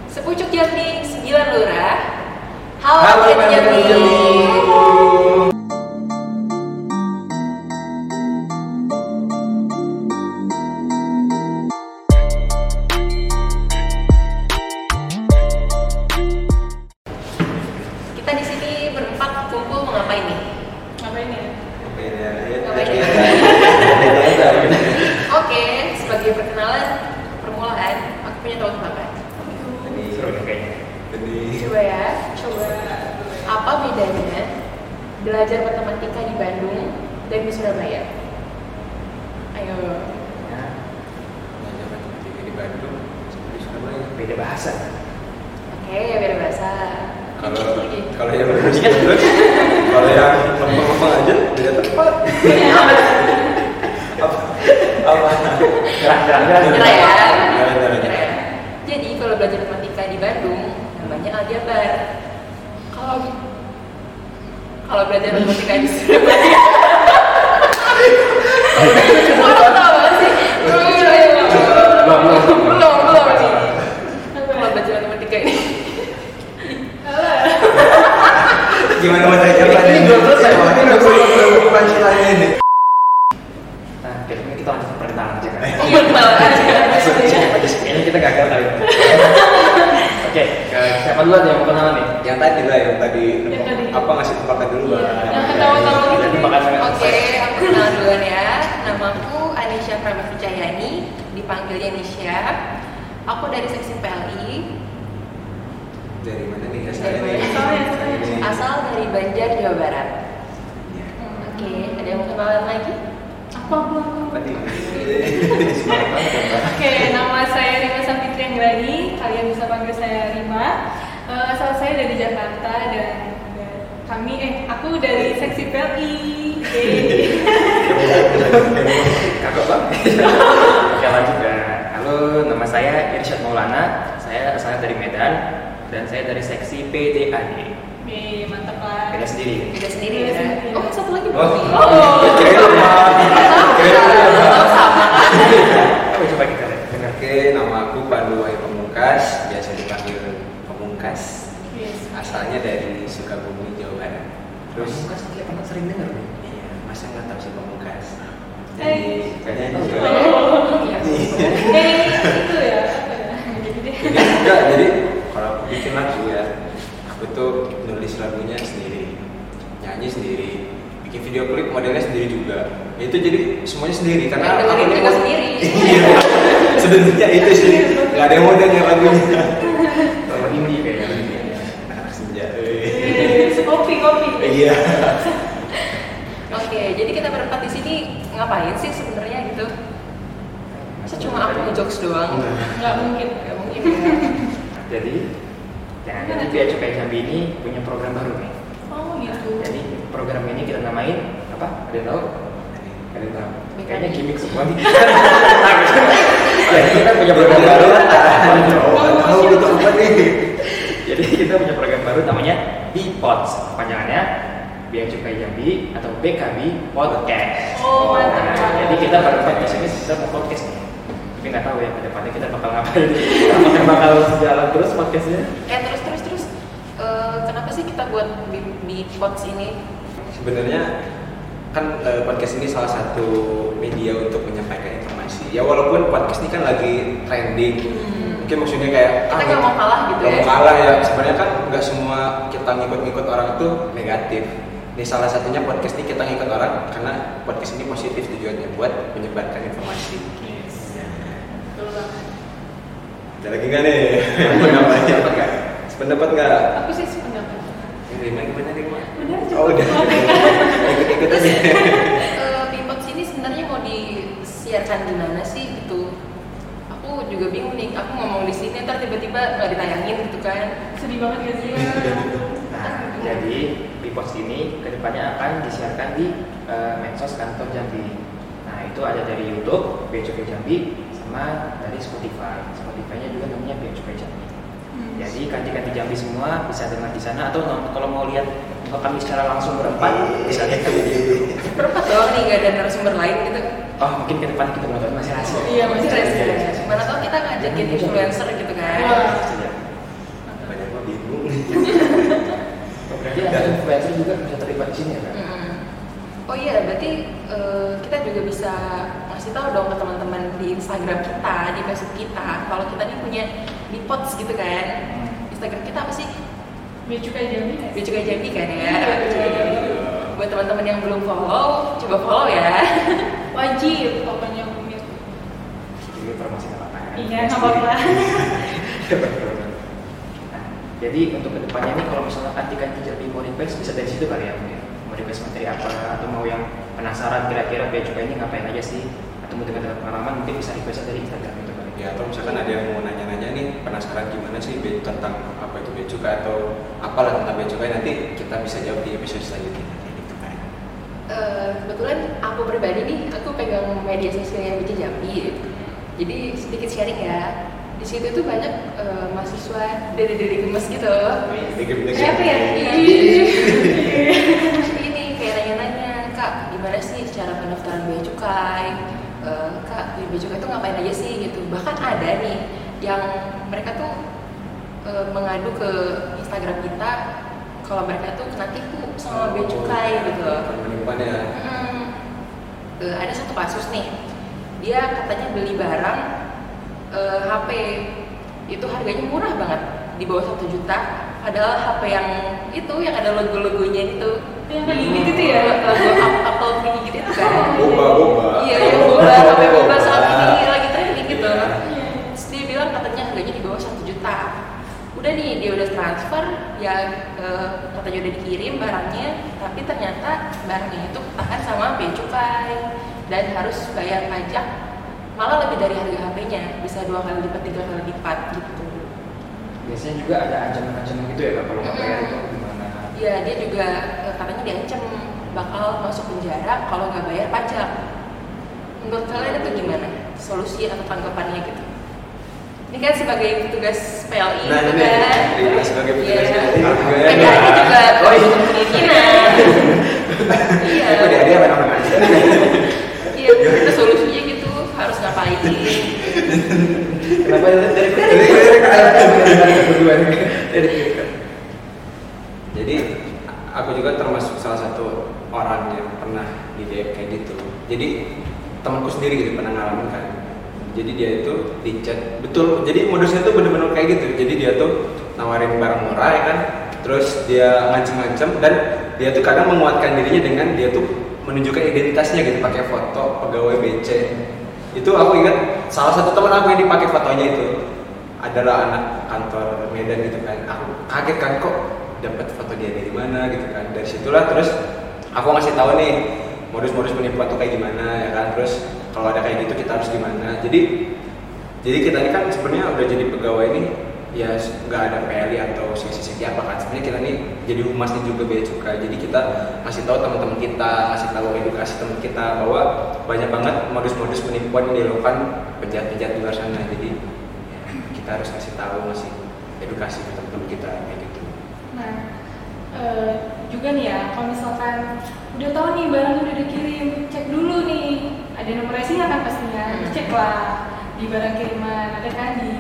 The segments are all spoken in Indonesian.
Sepucuk Jambi, 9 Lurah. Halo Jambi. Kita di sini berempat kumpul mau ngapain nih? Ngapain ya? Oke, sebagai permulaan, aku punya tahu apa? Coba apa bedanya belajar matematika di Bandung dan di Surabaya? Ayo. Belajar matematika di Bandung sama di Surabaya beda bahasa. Oke, beda bahasa. Kalau yang bagus terus, kalau yang lempeng-lempeng aja beda tempat. Apa? Nyerah ya. Jadi kalau belajar matematika di Bandung namanya aljabar. Kalau belajar matematika di Surabaya orang tahu sih. Belum sih. Kalau belajar matematika ini Gimana mau tanya apa? Ini belum selesai. Belum pancelannya ini. Nah, kayaknya kita langsung perintahan aja kan? iya aja. Kayaknya kita gagal kali ini. Oke, siapa dulu yang mau kenalan nih? Yang tadi lah, yang tadi. Yang tadi. Apa ngasih tempakan dulu lah? Yang ketawa-tawa gitu. Jadi makan sangat Oke, aku kenalan duluan ya. Namaku Anisha Prameswicayani, dipanggilnya Nisha. Aku dari seksi PLI. Dari mana nih Dari asalnya? mana? Asal dari Banjar, Jawa Barat. Oke, ada yang mau kenalan lagi? Aku. Tadi. Oke, nama saya Rima Safitri Anggrani. Kalian bisa panggil saya Rima. Asal saya dari Jakarta dan aku dari seksi PLI. Kakak bang. Oke, lanjut ya. Halo, nama saya Irsyad Maulana. Saya asalnya dari Medan dan saya dari seksi PDAD. Mantap lah. Beda sendiri. Beda sendiri ya. Oh, satu lagi Oh. belum. Coba kita lihat. Dengar. Oke, nama aku Pandu Wahyu Pamungkas, biasa dipanggil Pamungkas. Yes. Asalnya dari Sukabumi, Jawa Barat. Terus, Pamungkas kayak pernah sering dengar nih. iya, masa nggak tahu sih Pamungkas? Kayaknya Jadi, itu. Itu ya. Gitu deh. jadi kalau aku bikin lagu ya, aku tuh nulis lagunya sendiri, nyanyi sendiri, bikin video klip modelnya sendiri juga. Itu jadi semuanya sendiri karena Yang dengerin aku juga sendiri. Iya, sebenarnya itu sih nggak ada yang modelnya lagunya. Kalau indie kayaknya. Anak senja. Kopi. Iya. Oke, jadi kita berempat di sini ngapain sih sebenarnya gitu? Masa cuma aku ngejokes doang? Nggak mungkin. Gak mungkin ya. Jadi, jadi Bea Cukai Jambi ini punya program baru nih. Oh gitu. Jadi program ini kita namain apa? Ada yang tahu? Ada yang tahu? BKB. Kayaknya gimmick semua nih. Jadi kita punya program baru. Tahu itu apa nih? Jadi kita punya program baru namanya BPODS, panjangannya Bea Cukai Jambi atau BKB Podcast. Oh, mantap. Nah, jadi kita berempat di sini kita mau podcast nih. Tapi nggak tahu ya kedepannya kita bakal ngapain. Apakah bakal jalan terus podcastnya? Terus. Kenapa sih kita buat di pods ini? Sebenarnya kan podcast ini salah satu media untuk menyampaikan informasi. Ya walaupun podcast ini kan lagi trending, mungkin maksudnya kayak Kita nggak mau kalah gitu nggak ya? mau kalah ya. Sebenarnya kan nggak semua kita ngikut-ngikut orang itu negatif. Ini salah satunya podcast ini kita ngikut orang karena podcast ini positif tujuannya buat menyebarkan informasi. Betul banget. Ada lagi nggak nih? Pendapatnya apa nggak? Pendapat nggak? Aku sih sependapat. Rima gimana Rima? Benar juga. Oh udah. Ikut-ikut aja. Bipods ini sebenarnya mau disiarkan di mana sih gitu? Aku juga bingung nih. Aku ngomong di sini ntar tiba-tiba nggak ditayangin gitu kan? Sedih banget gak sih? Nah, jadi BPODS ini kedepannya akan disiarkan di medsos kantor Jambi. Nah, itu ada dari YouTube Bea Cukai Jambi sama dari Spotify. Spotify-nya juga namanya Bea Cukai Jambi. Jadi kanti-kanti Jambi semua bisa dengar di sana atau kalau mau lihat kami secara langsung berempat bisa lihat ke video. Berempat doang nih, nggak ada narasumber lain gitu? Oh, mungkin ke depan kita belum tahu masih rahasia. Iya, masih rahasia. Mana tau kita ngajakin influencer gitu kan? Wah. kasih tahu dong ke teman-teman di Instagram kita, di Facebook kita, kalau kita nih punya Bipods gitu kan. Instagram kita apa sih? Bea Cukai Jambi. Bea Cukai Jambi kan ya. Iya. Bea Cukai Jambi. Buat teman-teman yang belum follow, coba follow ya. Wajib pokoknya umit. Ini informasi apa? Iya, nggak apa-apa. Nah, jadi untuk kedepannya nih kalau misalnya ganti-ganti jadi mau request bisa dari situ kali ya mungkin. Mau request materi apa atau mau yang penasaran kira-kira Bea Cukai ini ngapain aja sih? Atau mau dengar pengalaman mungkin bisa request dari Instagram itu kali. Ya, atau misalkan ada yang mau nanya-nanya nih penasaran gimana sih tentang apa itu Bea Cukai atau apalah tentang Bea Cukai, nanti kita bisa jawab di episode selanjutnya gitu kan. Kebetulan aku pribadi nih, aku pegang media sosialnya BC Jambi. Jadi sedikit sharing ya. Di situ tuh banyak mahasiswa dari gemes gitu. Siapa ya? Ini kayak nanya-nanya, Kak, gimana sih cara pendaftaran Bea Cukai? Kak, Bea Cukai itu ngapain aja sih gitu. Bahkan ada nih yang mereka tuh mengadu ke Instagram kita kalau mereka tuh kena tipu sama Bea Cukai gitu. Penipuan ya. Ada satu kasus nih, dia katanya beli barang HP itu harganya murah banget, di bawah 1 juta, padahal HP yang itu yang ada logo-logonya itu Yang kayak gitu tuh ya? logo Apple mini gitu itu kan. Boba. Iya, yang boba, HP boba saat ini lagi trending gitu. Terus dia bilang katanya harganya di bawah 1 juta. Udah nih, dia udah transfer, ya katanya udah dikirim barangnya, tapi ternyata barangnya itu ketahan sama Bea Cukai dan harus bayar pajak malah lebih dari harga HP-nya, bisa 2 kali lipat, 3 kali lipat gitu. Biasanya juga ada ancaman-ancaman gitu ya Kak, kalau nggak bayar itu gimana? Iya, dia juga katanya diancam bakal masuk penjara kalau nggak bayar pajak. Menurut kalian itu gimana? Solusi atau tanggapannya gitu? Ini kan sebagai petugas PLI Nah, gitu ini kan? Rima sebagai petugas Iya. PLI juga ya. PKI juga Oh, iya. kemungkinan. Iya. Aku dari apa namanya? Iya, itu solusinya gitu, harus ngapain? Kenapa dari Jadi aku juga termasuk salah satu orang yang pernah di DM kayak gitu. Jadi temanku sendiri gitu pernah ngalamin kan. Jadi dia itu di chat, betul. Jadi modusnya tuh bener-bener kayak gitu. Jadi dia tuh nawarin barang murah ya kan. Terus dia ngancem-ngancem dan dia tuh kadang menguatkan dirinya dengan dia tuh menunjukkan identitasnya gitu pakai foto pegawai BC. Itu aku ingat salah satu teman aku yang dipakai fotonya itu adalah anak kantor Medan gitu kan. Aku kaget kan kok dapat foto dia dari mana gitu kan. Dari situlah terus aku ngasih tahu nih modus-modus penipuan tuh kayak gimana ya kan. Terus kalau ada kayak gitu kita harus gimana. Jadi kita ini kan sebenarnya udah jadi pegawai ini ya nggak ada PLI atau seksi apa kan. Sebenarnya kita nih jadi humasnya juga Bea Cukai. Jadi kita kasih tahu teman-teman kita, kasih tahu edukasi teman kita bahwa banyak banget modus-modus penipuan yang dilakukan penjahat-penjahat di luar sana. Jadi ya, kita harus kasih tahu, ngasih edukasi ke teman-teman kita kayak gitu. Nah, juga nih ya, kalau misalkan udah tahu nih barang udah dikirim, cek dulu nih, ada nomor resinya kan pastinya, ceklah di barang kiriman, ada kan di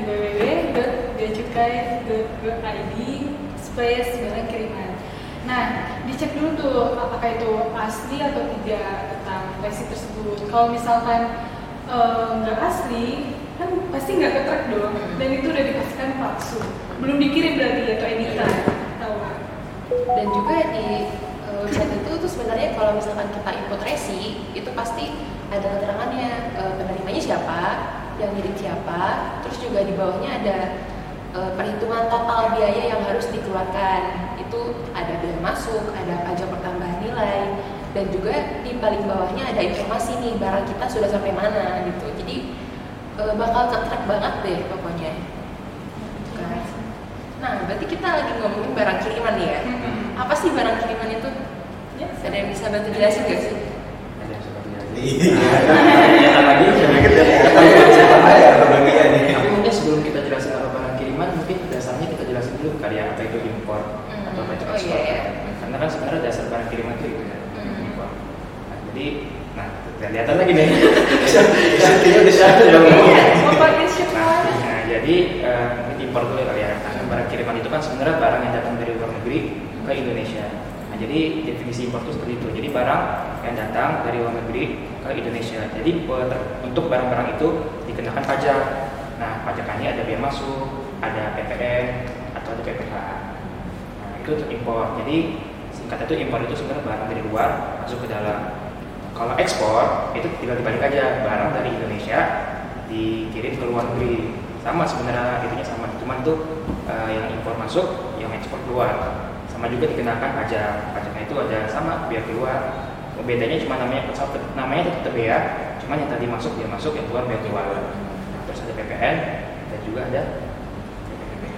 www.beacukai.id/barang kiriman. Nah, dicek dulu tuh apakah itu asli atau tidak tentang resi tersebut. Kalau misalkan nggak asli, kan pasti nggak ketrack dong, dan itu udah dipastikan palsu, belum dikirim berarti atau editan, tahu? Dan juga di website itu tuh sebenarnya kalau misalkan kita input resi itu pasti ada keterangannya, penerimanya siapa, yang ngirim siapa, terus juga di bawahnya ada perhitungan total biaya yang harus dikeluarkan. Itu ada biaya masuk, ada pajak pertambahan nilai, dan juga di paling bawahnya ada informasi nih barang kita sudah sampai mana gitu. Jadi bakal ketrack banget deh pokoknya. Kan? Nah, berarti kita lagi ngomongin barang kiriman nih ya. Apa sih barang kiriman itu? Ada yang bisa bantu jelasin gak sih? Ada yang seperti ini. Iya. Lagi Tapi mungkin sebelum kita jelasin apa barang kiriman, mungkin dasarnya kita jelasin dulu kali ya apa itu impor atau apa itu Oh, ekspor. iya. Karena kan sebenarnya dasar barang kiriman itu ya impor. Nah, jadi, kelihatan lagi nih. Intinya udah siapa ya? Bapaknya siapa? Nah, jadi mungkin impor dulu kali ya. Karena barang kiriman itu kan sebenarnya barang yang datang dari luar negeri ke Indonesia. Nah, jadi definisi impor itu seperti itu. Jadi barang yang datang dari luar negeri ke Indonesia. Jadi untuk barang-barang itu dikenakan pajak. Nah, pajakannya ada biaya masuk, ada PPN atau ada PPh. Nah, itu untuk impor. Jadi singkatnya itu impor itu sebenarnya barang dari luar masuk ke dalam. Kalau ekspor itu tinggal dibalik aja, barang dari Indonesia dikirim ke luar negeri. Sama sebenarnya itunya sama, cuman tuh yang impor masuk, yang ekspor keluar. Sama juga dikenakan pajak. Pajaknya itu ada sama biaya keluar. Bedanya cuma namanya tetap bea, cuman yang tadi masuk dia masuk, yang keluar biaya keluar. Nah, terus ada PPN dan juga ada PPh.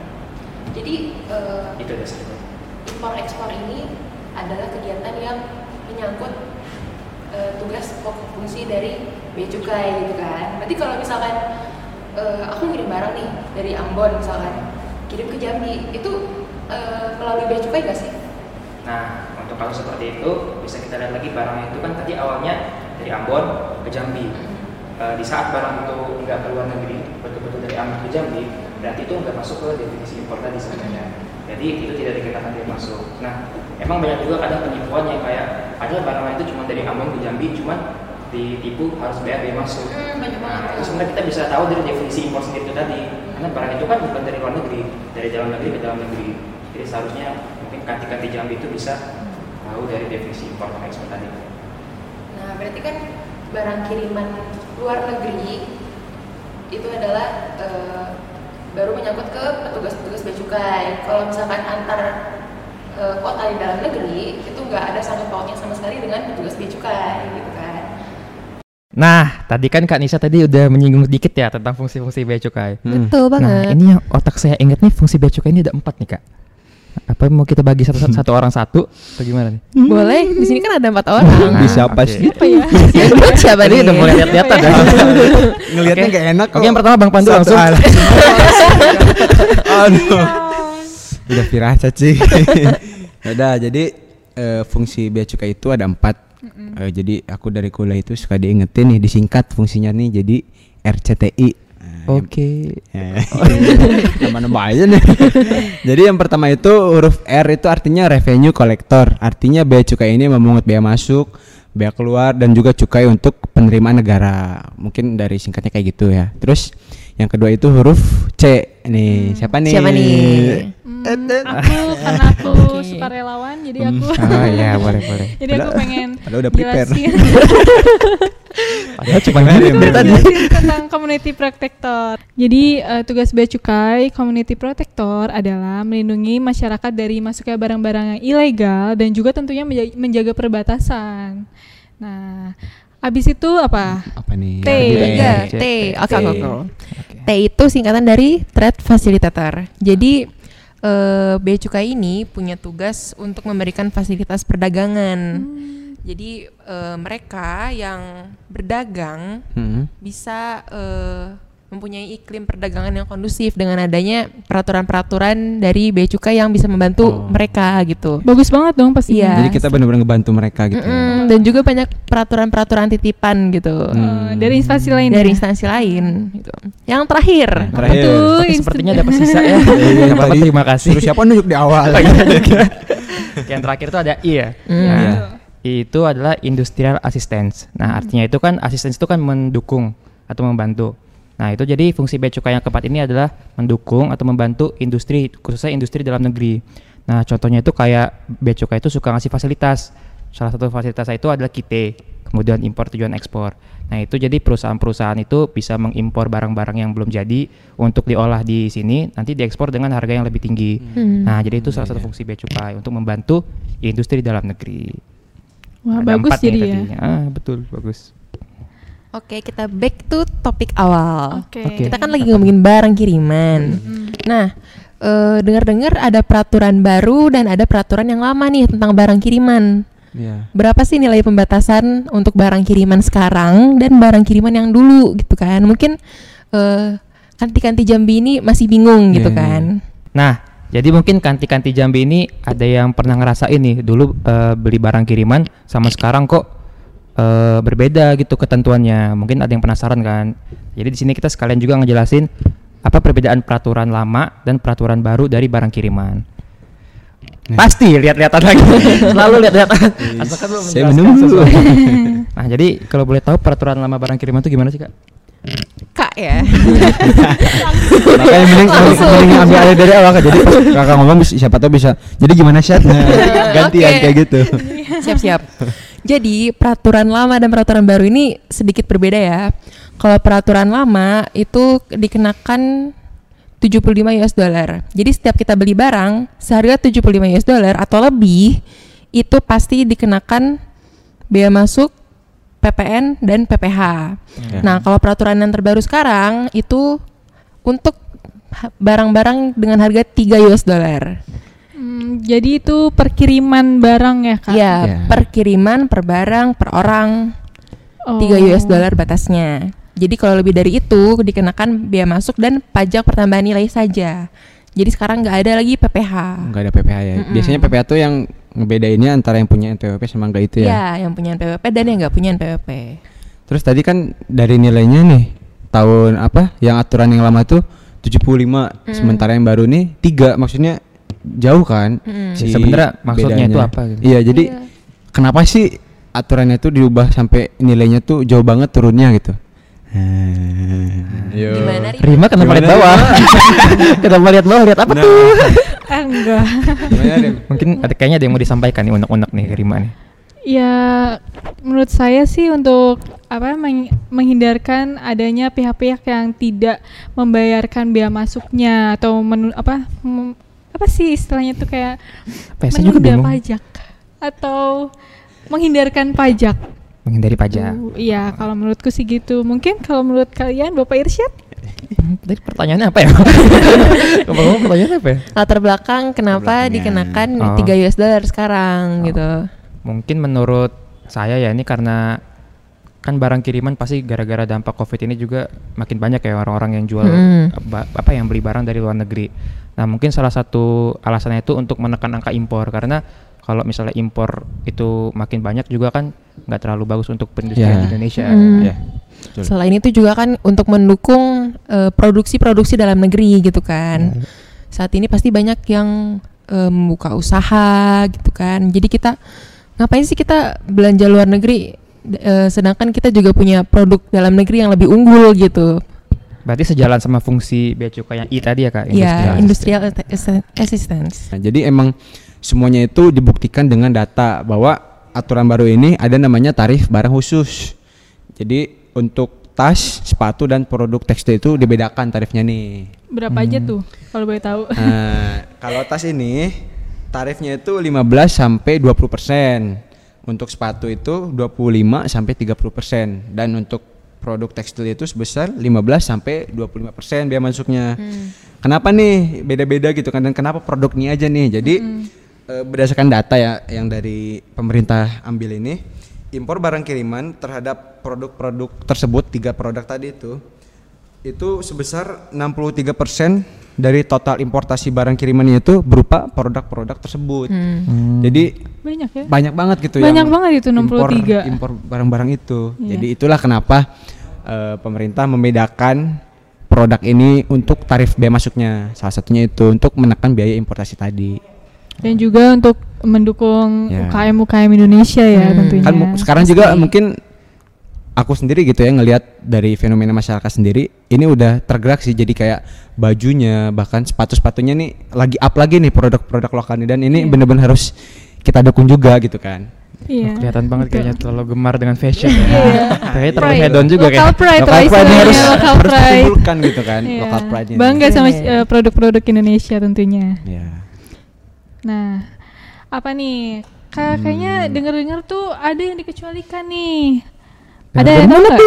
Jadi Itu dasarnya. impor ekspor ini adalah kegiatan yang menyangkut tugas pokok fungsi dari bea cukai gitu kan. Berarti kalau misalkan aku ngirim barang nih dari Ambon misalkan kirim ke Jambi, itu melalui bea cukai gak sih? Nah, untuk kalau seperti itu bisa kita lihat lagi barangnya itu kan tadi awalnya dari Ambon ke Jambi. Di saat barang itu nggak ke luar negeri, betul-betul dari Ambon ke Jambi, berarti itu nggak masuk ke definisi impor tadi sebenarnya. Jadi itu tidak dikenakan biaya masuk. Nah, emang banyak juga kadang penipuan yang kayak ada barang itu cuma dari Ambon ke Jambi, cuman ditipu harus bayar biaya masuk. Banyak banget. Nah, itu sebenarnya kita bisa tahu dari definisi impor sendiri itu tadi, karena barang itu kan bukan dari luar negeri, dari dalam negeri ke dalam negeri. Jadi seharusnya mungkin kanti-kanti Jambi itu bisa tahu dari definisi impor dan ekspor tadi. Nah, berarti kan barang kiriman luar negeri itu adalah baru menyangkut ke petugas-petugas bea cukai. Kalau misalkan antar kota di dalam negeri itu nggak ada sangkut pautnya sama sekali dengan petugas bea cukai gitu kan. Nah, tadi kan Kak Nisa tadi udah menyinggung sedikit ya tentang fungsi-fungsi bea cukai. Betul Nah, banget. ini yang otak saya ingat nih, fungsi bea cukai ini ada 4 nih, Kak. Apa mau kita bagi satu orang satu atau gimana nih? Boleh, di sini kan ada 4 orang. Bisa apa oke. sih? Apa ya? Siapa Tadi nih? udah mulai lihat-lihatan ya. Ngelihatnya Oke. gak enak kok. Oke, yang pertama Bang Pandu Satu langsung. alat. Aduh. Udah firasat sih. Udah, jadi fungsi bea cukai itu ada 4. Jadi aku dari kuliah itu suka diingetin nih, disingkat fungsinya nih jadi RCTI. Oke. Nama-nama aja nih. Jadi yang pertama itu huruf R itu artinya revenue collector. Artinya bea cukai ini memungut bea masuk, bea keluar dan juga cukai untuk penerimaan negara. Mungkin dari singkatnya kayak gitu ya. Terus yang kedua itu huruf C. Nih, siapa nih? Siapa nih? Karena aku sukarelawan, jadi aku Oh iya, boleh. jadi aku pengen Padahal udah prepare. jelasin Padahal cuma dari tadi. jelasin tentang community protector. Jadi tugas bea cukai community protector adalah melindungi masyarakat dari masuknya barang-barang yang ilegal dan juga tentunya menjaga perbatasan. Nah, abis itu apa? Apa nih? T. T. Oke. T itu singkatan dari Trade Facilitator. Jadi bea cukai ini punya tugas untuk memberikan fasilitas perdagangan. Jadi mereka yang berdagang bisa mempunyai iklim perdagangan yang kondusif dengan adanya peraturan-peraturan dari bea cukai yang bisa membantu mereka gitu. Bagus banget dong pasti. Iya. Jadi kita benar-benar ngebantu mereka gitu. Dan juga banyak peraturan-peraturan titipan gitu. Dari instansi lain. Dari ya? instansi lain gitu. Yang terakhir. Terakhir. Itu Oke, sepertinya dapat sisa ya. Iya, Nggak apa-apa, tadi terima kasih. suruh siapa nunjuk di awal? Oke, yang terakhir itu ada I ya. Hmm. Nah, I itu adalah industrial assistance. Nah, artinya itu kan assistance itu kan mendukung atau membantu. Nah, itu jadi fungsi bea cukai yang keempat ini adalah mendukung atau membantu industri, khususnya industri dalam negeri. Nah, contohnya itu kayak bea cukai itu suka ngasih fasilitas. Salah satu fasilitas itu adalah KIT, kemudian impor tujuan ekspor. Nah, itu jadi perusahaan-perusahaan itu bisa mengimpor barang-barang yang belum jadi untuk diolah di sini, nanti diekspor dengan harga yang lebih tinggi. Nah, jadi itu salah satu fungsi bea cukai untuk membantu industri dalam negeri. Wah, Ada bagus 4 nih jadi ya. tadi. Betul, bagus. Oke, kita back to topik awal. Oke. Kita kan lagi ngomongin barang kiriman. Nah, dengar-dengar ada peraturan baru dan ada peraturan yang lama nih tentang barang kiriman. Iya. Berapa sih nilai pembatasan untuk barang kiriman sekarang dan barang kiriman yang dulu gitu kan? Mungkin kanti-kanti Jambi ini masih bingung gitu Iya, kan? Nah, jadi mungkin kanti-kanti Jambi ini ada yang pernah ngerasain nih dulu beli barang kiriman sama sekarang kok berbeda gitu ketentuannya. Mungkin ada yang penasaran kan. Jadi di sini kita sekalian juga ngejelasin apa perbedaan peraturan lama dan peraturan baru dari barang kiriman. Pasti lihat-lihatan lagi. Selalu lihat-lihatan. Asalkan belum Saya menjelaskan menunggu. sesuatu. Nah, jadi kalau boleh tahu peraturan lama barang kiriman itu gimana sih, Kak? Kak ya. Makanya mending ambil alih dari awal Kak. Jadi pas kakak ngomong siapa tahu bisa. Jadi gimana syaratnya? Gantian Oke. kayak gitu. Siap-siap. Jadi peraturan lama dan peraturan baru ini sedikit berbeda ya. Kalau peraturan lama itu dikenakan 75 US dollar. Jadi setiap kita beli barang seharga 75 US dollar atau lebih itu pasti dikenakan bea masuk, PPN dan PPh. Nah, kalau peraturan yang terbaru sekarang itu untuk barang-barang dengan harga 3 US dollar. Jadi itu perkiriman barang ya Kak? Iya, Ya. per kiriman, per barang, per orang 3 US dollar batasnya. Jadi kalau lebih dari itu dikenakan bea masuk dan pajak pertambahan nilai saja. Jadi sekarang nggak ada lagi PPh. Enggak ada PPh ya. Biasanya PPh tuh yang ngebedainnya antara yang punya NPWP sama enggak itu ya. Iya, yang punya NPWP dan yang nggak punya NPWP. Terus tadi kan dari nilainya nih tahun apa yang aturan yang lama tuh 75 sementara yang baru nih 3 maksudnya jauh kan si Sebenarnya maksudnya itu bedanya. apa gitu? Iya, jadi kenapa sih aturannya tuh diubah sampai nilainya tuh jauh banget turunnya gitu? Gimana Ri? Rima kenapa lihat bawah? Kenapa lihat bawah? Lihat apa tuh? Enggak. Gimana, Rim? Mungkin kayaknya ada yang mau disampaikan nih unek-unek nih ke Rima nih. Ya, menurut saya sih untuk menghindarkan adanya pihak-pihak yang tidak membayarkan bea masuknya atau apa sih istilahnya tuh kayak Saya juga menunda bingung. pajak atau menghindarkan pajak. Menghindari pajak. Iya, kalau menurutku sih gitu. Mungkin kalau menurut kalian Bapak Irsyad? Tadi pertanyaannya apa ya? Ngomong pertanyaannya apa ya? Latar belakang kenapa Belakangnya. dikenakan Oh. 3 US dollar sekarang gitu. Mungkin menurut saya ya ini karena kan barang kiriman pasti gara-gara dampak Covid ini juga makin banyak ya orang-orang yang jual yang beli barang dari luar negeri. Nah, mungkin salah satu alasannya itu untuk menekan angka impor karena kalau misalnya impor itu makin banyak juga kan nggak terlalu bagus untuk perindustrian di Indonesia. Ya. Betul. Selain itu juga kan untuk mendukung produksi-produksi dalam negeri gitu kan. Saat ini pasti banyak yang membuka usaha gitu kan. Jadi kita ngapain sih kita belanja luar negeri sedangkan kita juga punya produk dalam negeri yang lebih unggul gitu. Berarti sejalan sama fungsi bea cukai yang I tadi ya Kak? Ya, industrial assistance. Nah, jadi emang semuanya itu dibuktikan dengan data bahwa aturan baru ini ada namanya tarif barang khusus. Jadi untuk tas, sepatu dan produk tekstil itu dibedakan tarifnya nih. Berapa aja tuh kalau boleh tahu? Kalau tas ini tarifnya itu 15 sampai 20%. Untuk sepatu itu 25 sampai 30% dan untuk produk tekstil itu sebesar 15 sampai 25% bea masuknya. Kenapa nih beda-beda gitu kan dan kenapa produk ini aja nih? Jadi berdasarkan data ya yang dari pemerintah ambil ini, impor barang kiriman terhadap produk-produk tersebut 3 produk tadi itu sebesar 63% dari total importasi barang kirimannya itu berupa produk-produk tersebut. Jadi Banyak ya? banyak banget gitu Banyak yang banget itu 63. impor barang-barang itu. Iya. Jadi itulah kenapa pemerintah membedakan produk ini untuk tarif bea masuknya. Salah satunya itu untuk menekan biaya importasi tadi. Dan juga untuk mendukung Ya. UKM Indonesia ya tentunya. Kan sekarang juga mungkin aku sendiri gitu ya ngelihat dari fenomena masyarakat sendiri ini udah tergerak sih jadi kayak bajunya bahkan sepatu-sepatunya nih lagi up lagi nih produk-produk lokal nih dan ini bener-bener harus kita dukung juga gitu kan. Iya. Kelihatan banget betul. kayaknya terlalu gemar dengan fashion ya. Iya. Kayaknya terlalu Pride. hedon juga Local kayak. pride Local lah pride ini istilahnya, harus local harus pride. ditimbulkan gitu kan, Iya. local pride-nya. Bangga sama Iya. produk-produk Indonesia tentunya. Ya. Nah, apa nih? Kayaknya dengar-dengar tuh ada yang dikecualikan nih. Ada yang tahu nggak?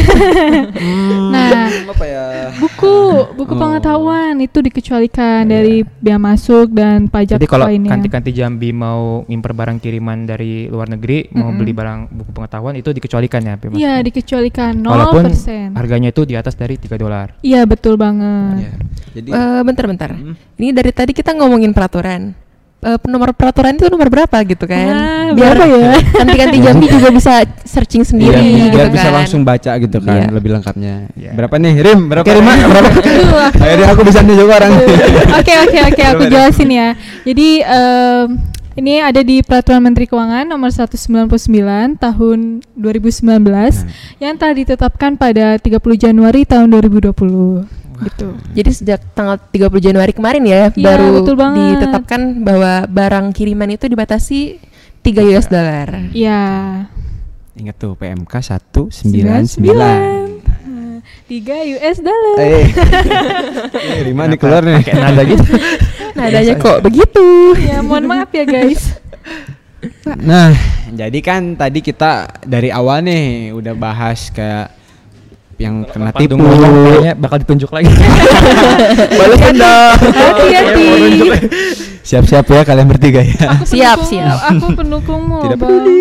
Nah, Apa ya? buku pengetahuan itu dikecualikan dari bea masuk dan pajak Jadi kalau lainnya. kanti-kanti Jambi mau impor barang kiriman dari luar negeri, mau beli barang buku pengetahuan itu dikecualikan ya? Bea Iya, masuknya? dikecualikan 0%. Walaupun harganya itu di atas dari $3. Iya, betul banget. Ya. Jadi Bentar-bentar. Ini dari tadi kita ngomongin peraturan. nomor peraturan itu nomor berapa gitu kan. Nah, Biar berapa ya? ganti-ganti Jambi juga bisa searching sendiri Iya, gitu biar kan. bisa langsung baca gitu kan Iya. lebih lengkapnya. Iya. Berapa nih Rim? Berapa? Oke, Rima, berapa? Akhirnya aku bisa nih juga orang. Oke, aku jelasin ya. Jadi ini ada di Peraturan Menteri Keuangan nomor 199 tahun 2019 yang telah ditetapkan pada 30 Januari tahun 2020 gitu. Jadi sejak tanggal 30 Januari kemarin ya, Iya, baru betul banget. ditetapkan bahwa barang kiriman itu dibatasi 3 US dollar. Iya. Ingat tuh PMK 199. 3 US dollar. Rima nih keluar nih. Kayak nada gitu. Nadanya kok begitu. Ya, mohon maaf ya guys. Nah, jadi kan tadi kita dari awal nih udah bahas kayak yang kena tipu. Kayaknya bakal ditunjuk lagi. Balikin dong. Hati-hati. Siap-siap ya kalian bertiga ya. Siap, Pendukungmu, siap. Aku pendukungmu. Tidak Bang. peduli.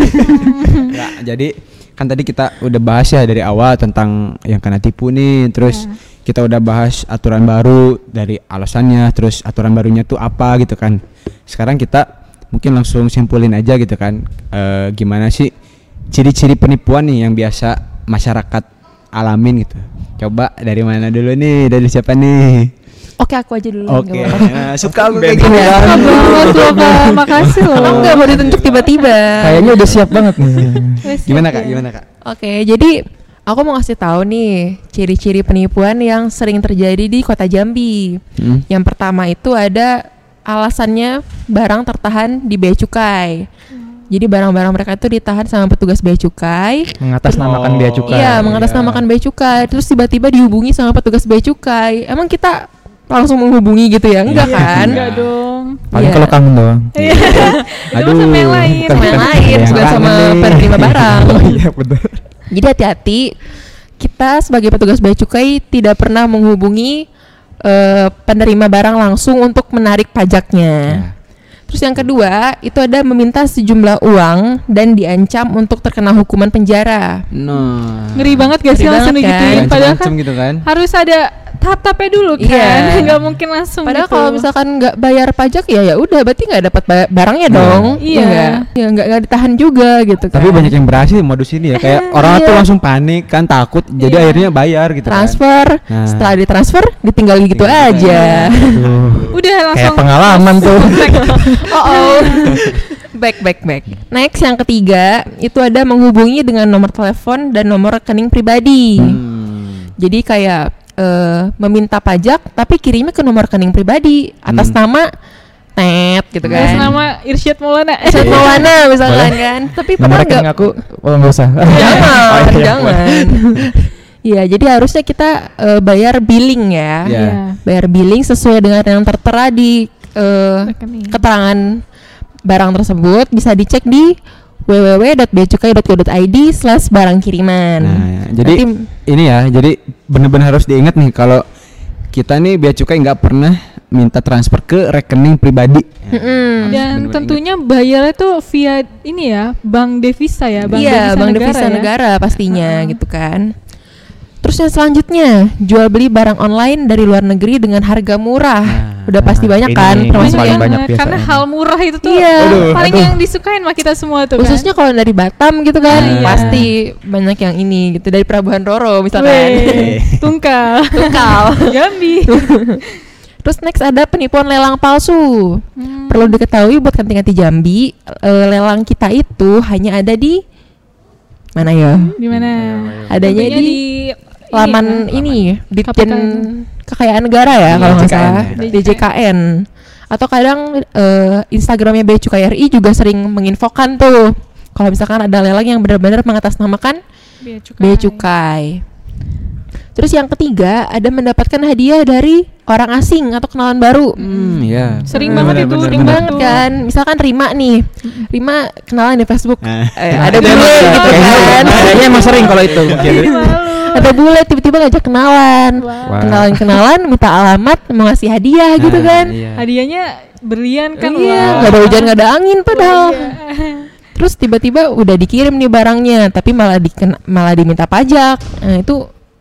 Nggak, jadi kan tadi kita udah bahas ya dari awal tentang yang kena tipu nih, terus kita udah bahas aturan baru dari alasannya, terus aturan barunya tuh apa gitu kan. Sekarang kita mungkin langsung simpulin aja gitu kan, gimana sih ciri-ciri penipuan nih yang biasa masyarakat alamin gitu. Coba dari mana dulu nih? Dari siapa nih? Oke, aku aja dulu. Oke, nggak apa-apa. nah, suka aku kayak Gitu gini ya. kan. Banget loh, Kak. Makasih loh. Emang nggak mau ditunjuk tiba-tiba. Kayaknya udah siap banget nih. Gimana Kak? Gimana Kak? Oke, jadi aku mau ngasih tahu nih ciri-ciri penipuan yang sering terjadi di Kota Jambi. Yang pertama itu ada alasannya barang tertahan di bea cukai. Jadi barang-barang mereka itu ditahan sama petugas bea cukai. Mengatasnamakan bea cukai. Iya, mengatasnamakan bea cukai. Terus tiba-tiba dihubungi sama petugas bea cukai. Emang kita langsung menghubungi gitu ya? Enggak kan? Enggak dong. Paling Iya. kalau kangen doang. Iya. Itu mah sama yang lain. Sama yang lain, Yang bukan sama kangen nih. penerima barang. Oh iya betul. Jadi hati-hati, kita sebagai petugas bea cukai tidak pernah menghubungi penerima barang langsung untuk menarik pajaknya. Terus yang kedua, itu ada meminta sejumlah uang dan diancam untuk terkena hukuman penjara. Nah. Ngeri banget gak sih Ngeri langsung banget kan? digituin. Padahal kan Ancam gitu kan. harus ada tahap-tahapnya dulu kan. Iya. Nggak mungkin langsung Padahal gitu. kalau misalkan nggak bayar pajak ya udah, berarti nggak dapat barangnya dong. Iya. nggak? Ya nggak ditahan juga gitu kan. Tapi banyak yang berhasil modus ini ya, kayak orang Iya. tuh langsung panik kan, takut, jadi Iya. akhirnya bayar gitu transfer, Nah. setelah ditransfer ditinggal gitu aja. Udah langsung Kayak pengalaman tuh. Oh. Back. Next yang ketiga itu ada menghubungi dengan nomor telepon dan nomor rekening pribadi. Jadi kayak meminta pajak tapi kirimnya ke nomor rekening pribadi atas nama Net gitu Atas kan. nama Irsyad Maulana. Irsyad Maulana misalkan kan. Tapi Nomor padahal rekening nggak. aku nggak usah. Jangan, Oh, iya, jangan. Iya, jadi harusnya kita bayar billing ya. Iya. Bayar billing sesuai dengan yang tertera di Rekening. keterangan barang tersebut, bisa dicek di www.beacukai.go.id/barang kiriman. Nah, jadi Nanti- ini ya, jadi benar-benar harus diingat nih kalau kita nih bea cukai nggak pernah minta transfer ke rekening pribadi. Mm-mm. Dan Bener-bener tentunya bayarnya tuh via ini ya, bank devisa ya, bank Iya, devisa bank negara devisa ya. negara pastinya gitu kan. Terus yang selanjutnya, jual beli barang online dari luar negeri dengan harga murah. Udah pasti banyak ini kan, termasuk paling yang banyak Karena biasanya. hal murah itu tuh Iya. paling yang disukain sama kita semua tuh khususnya kalau dari Batam gitu kan, Iya. pasti banyak yang ini gitu, dari Pelabuhan Roro kan. misalkan. Weh, tungkal. Tungkal. Jambi. Terus next ada penipuan lelang palsu. Perlu diketahui buat kanti-kanti Jambi, lelang kita itu hanya ada di mana ya? Di mana? Adanya Tentunya di laman ini, Ditjen Kekayaan Negara ya kalau nggak DJKN salah, ya. DJKN. Atau kadang Instagramnya Bea Cukai RI juga sering menginfokan tuh kalau misalkan ada lelang yang benar-benar mengatasnamakan Bea Cukai. Terus yang ketiga ada mendapatkan hadiah dari orang asing atau kenalan baru. Iya. Sering banget itu, Sering banget kan. Misalkan Rima nih, Rima kenalan di Facebook. Nah. Ada bule gitu kan. Kayaknya emang sering kalau itu. Ada bule tiba-tiba ngajak kenalan. Kenalan, minta alamat, mau ngasih hadiah gitu kan. Iya. Hadiahnya berlian kan. Iya, wah. nggak ada hujan, nggak ada angin padahal. Iya. Terus tiba-tiba udah dikirim nih barangnya, tapi malah diminta pajak. Nah itu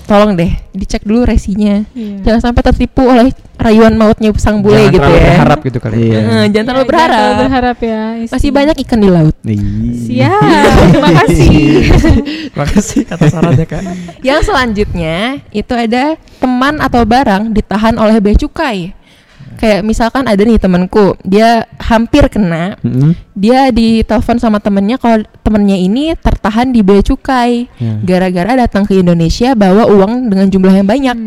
tolong deh dicek dulu resinya. Iya. Jangan sampai tertipu oleh rayuan mautnya sang bule Jangan gitu terlalu ya. berharap gitu kali. Iya. Jangan terlalu berharap. Jangan berharap ya. Masih banyak ikan di laut. Siap, terima kasih. Makasih atas sarannya Kak. Yang selanjutnya itu ada teman atau barang ditahan oleh bea cukai. Kayak misalkan ada nih temanku, dia hampir kena, dia ditelepon sama temennya kalau temennya ini tertahan di bea cukai gara-gara datang ke Indonesia bawa uang dengan jumlah yang banyak.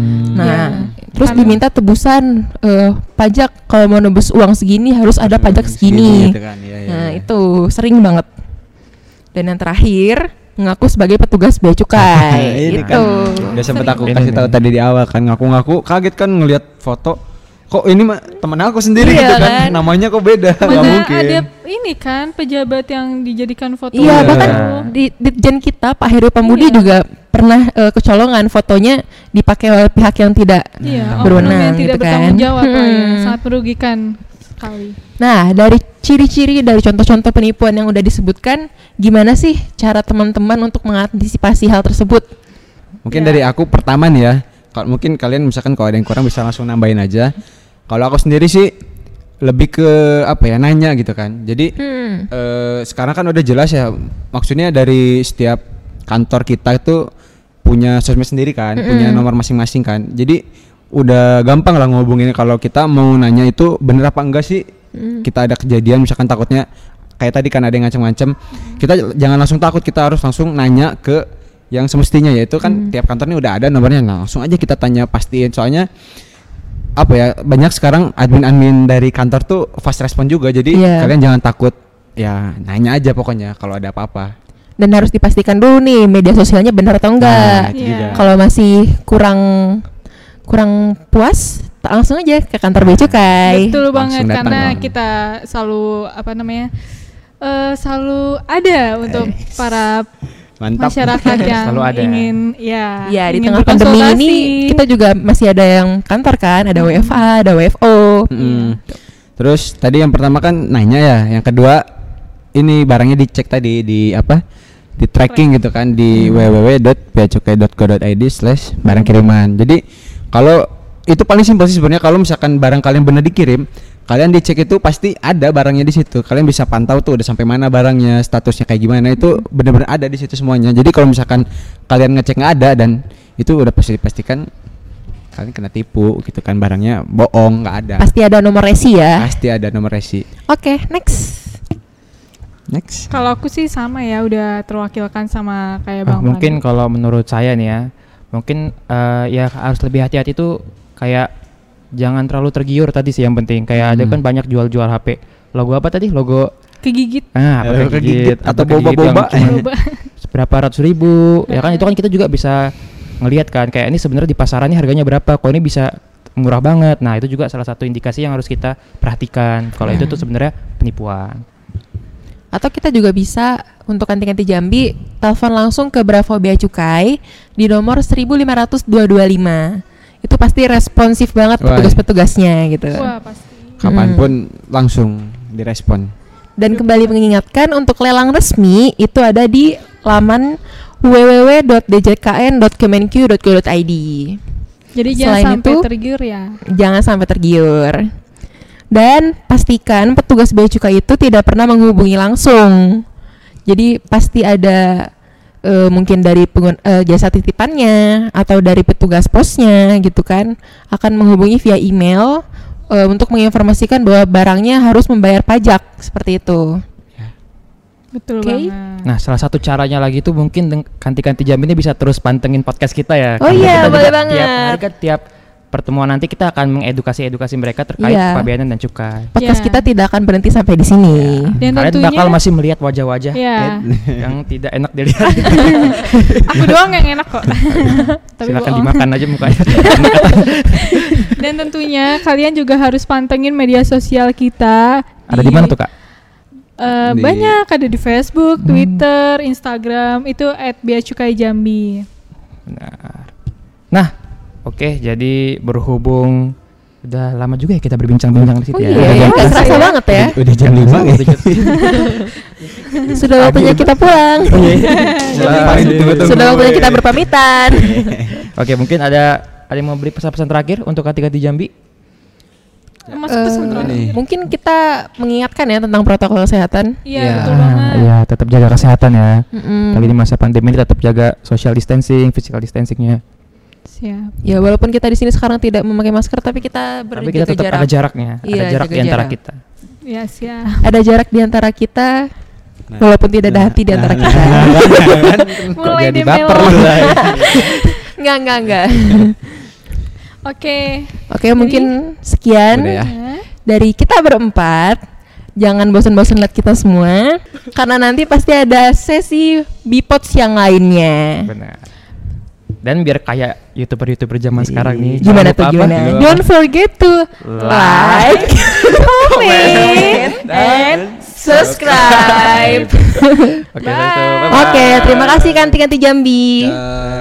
Nah, terus Karena- diminta tebusan pajak, kalau mau nebus uang segini harus ada pajak segini. gitu kan. Iya, iya, Nah, iya. itu sering banget. Dan yang terakhir mengaku sebagai petugas bea cukai. Ini Itu. kan udah sempet aku Ini kasih tahu nih. tadi di awal kan, ngaku-ngaku kaget kan ngelihat foto. Kok ini mah temen aku sendiri Iya gitu kan. kan? Namanya kok beda, nggak Mana mungkin. ada ini kan pejabat yang dijadikan foto. Iya, Iya. bahkan di Ditjen kita Pak Heru Pambudi Iya. juga pernah kecolongan fotonya dipakai oleh pihak yang tidak Iya, berwenang oknum yang tidak gitu kan. bertanggung jawab lah ya, sangat merugikan sekali. Nah, dari ciri-ciri dari contoh-contoh penipuan yang udah disebutkan, gimana sih cara teman-teman untuk mengantisipasi hal tersebut? Mungkin Ya. dari aku pertama nih ya. Kalau mungkin kalian misalkan kalau ada yang kurang bisa langsung nambahin aja. Kalau aku sendiri sih lebih ke apa ya, nanya gitu kan. Jadi sekarang kan udah jelas ya, maksudnya dari setiap kantor kita itu punya sosmed sendiri kan, punya nomor masing-masing kan. Jadi udah gampang lah ngehubungin kalau kita mau nanya itu bener apa enggak sih. Kita ada kejadian misalkan takutnya kayak tadi kan ada yang ngancem-ngancem, kita jangan langsung takut, kita harus langsung nanya ke yang semestinya, yaitu kan tiap kantor ini udah ada nomornya. Nah, langsung aja kita tanya, pastiin, soalnya apa ya, banyak sekarang admin-admin dari kantor tuh fast respon juga, jadi Iya. kalian jangan takut, ya nanya aja pokoknya kalau ada apa-apa. Dan harus dipastikan dulu nih media sosialnya benar atau enggak. Nah, itu Iya. juga. Kalau masih kurang puas, langsung aja ke kantor bea cukai. Betul banget, Langsung datang karena dong. kita selalu apa namanya, selalu ada untuk para Mantap. masyarakat yang Selalu ada. ingin ya, Ya, di ingin tengah pandemi berkonsultasi. ini kita juga masih ada yang kantor kan, ada WFA, ada WFO. Terus tadi yang pertama kan nanya ya, yang kedua ini barangnya dicek tadi di apa? Di tracking gitu kan di www.beacukai.co.id/barang kiriman. Jadi kalau itu paling simpel sih sebenarnya, kalau misalkan barang kalian benar dikirim, kalian dicek itu pasti ada barangnya di situ. Kalian bisa pantau tuh udah sampai mana barangnya, statusnya kayak gimana, itu benar-benar ada di situ semuanya. Jadi kalau misalkan kalian ngecek nggak ada dan itu udah pasti dipastikan kalian kena tipu gitu kan, barangnya bohong, nggak ada. Pasti ada nomor resi ya. Pasti ada nomor resi. Oke, next. Next. Kalau aku sih sama ya, udah terwakilkan sama kayak Bang Mungkin Pandu. kalau menurut saya nih ya, mungkin ya harus lebih hati-hati tuh, kayak jangan terlalu tergiur tadi sih yang penting. Kayak ada kan banyak jual-jual HP. Logo apa tadi? Logo Kegigit. apa Kegigit kegigit atau apa kegigit yang boba-boba. cuman Coba. seberapa ratus ribu ya kan, itu kan kita juga bisa ngelihat kan, kayak ini sebenarnya di pasaran ini harganya berapa, kok ini bisa murah banget. Nah, itu juga salah satu indikasi yang harus kita perhatikan kalau itu tuh sebenarnya penipuan. Atau kita juga bisa untuk anti-anti Jambi telepon langsung ke Bravo Bea Cukai di nomor 15525. Itu pasti responsif banget Wah. petugas-petugasnya gitu. Wah, pasti. Kapanpun langsung direspon. Dan kembali mengingatkan untuk lelang resmi itu ada di laman www.djkn.kemenq.go.id. Jadi Selain jangan sampai itu- tergiur ya. Jangan sampai tergiur. Dan pastikan petugas bea cukai itu tidak pernah menghubungi langsung. Jadi pasti ada mungkin dari jasa titipannya atau dari petugas posnya gitu kan, akan menghubungi via email untuk menginformasikan bahwa barangnya harus membayar pajak seperti itu. Betul Oke. banget. Nah, salah satu caranya lagi tuh mungkin kanti-kanti jam ini bisa terus pantengin podcast kita ya. Oh Karena iya, kita juga boleh Tiap banget. hari kan, tiap pertemuan nanti kita akan mengedukasi mereka terkait Iya. kepabeanan dan cukai. Podcast Ya. kita tidak akan berhenti sampai di sini. Dan Kalian tentunya bakal masih melihat wajah-wajah ya, yang tidak enak dilihat. aku doang yang enak kok. Tapi Silakan bohong. dimakan aja mukanya. Dan tentunya kalian juga harus pantengin media sosial kita. Ada di mana tuh, Kak? Di- Banyak, ada di Facebook, Twitter, Instagram, itu @beacukaijambi. Benar. Nah, oke, jadi berhubung Udah lama juga ya kita berbincang-bincang di situ Oh ya. iya, Udah ya, jam nggak berapa? kerasa banget ya. Udah jam 5 ya. Sudah waktunya kita pulang. Sudah waktunya kita berpamitan. Oke, mungkin ada yang mau beri pesan-pesan terakhir untuk K3 di Jambi? Masuk pesan terakhir. Mungkin kita mengingatkan ya tentang protokol kesehatan. Iya, Ya. betul banget. Iya, tetap jaga kesehatan ya. Mm-mm. Lagi di masa pandemi ini tetap jaga social distancing, physical distancingnya. Siap. Ya walaupun kita di sini sekarang tidak memakai masker, tapi kita Tapi kita berjaga tetap jarak. ada jaraknya, ada Iya, jarak jaga di antara jarak. kita. Ya, siap. Ada jarak di antara kita, walaupun tidak ada hati di antara kita. Mulai jadi deh, baper Melo. lu, Zai. Enggak. Oke. Oke, mungkin sekian Udah ya. dari kita berempat. Jangan bosan-bosan lihat kita semua, karena nanti pasti ada sesi Bipods yang lainnya. Benar. Dan biar kayak YouTuber zaman sekarang nih. Gimana jangan tuh lupa gimana? apa? Don't forget to like, comment, and subscribe. Oke, itu. Bye-bye. Oke, terima kasih Kanti Jambi. Ya.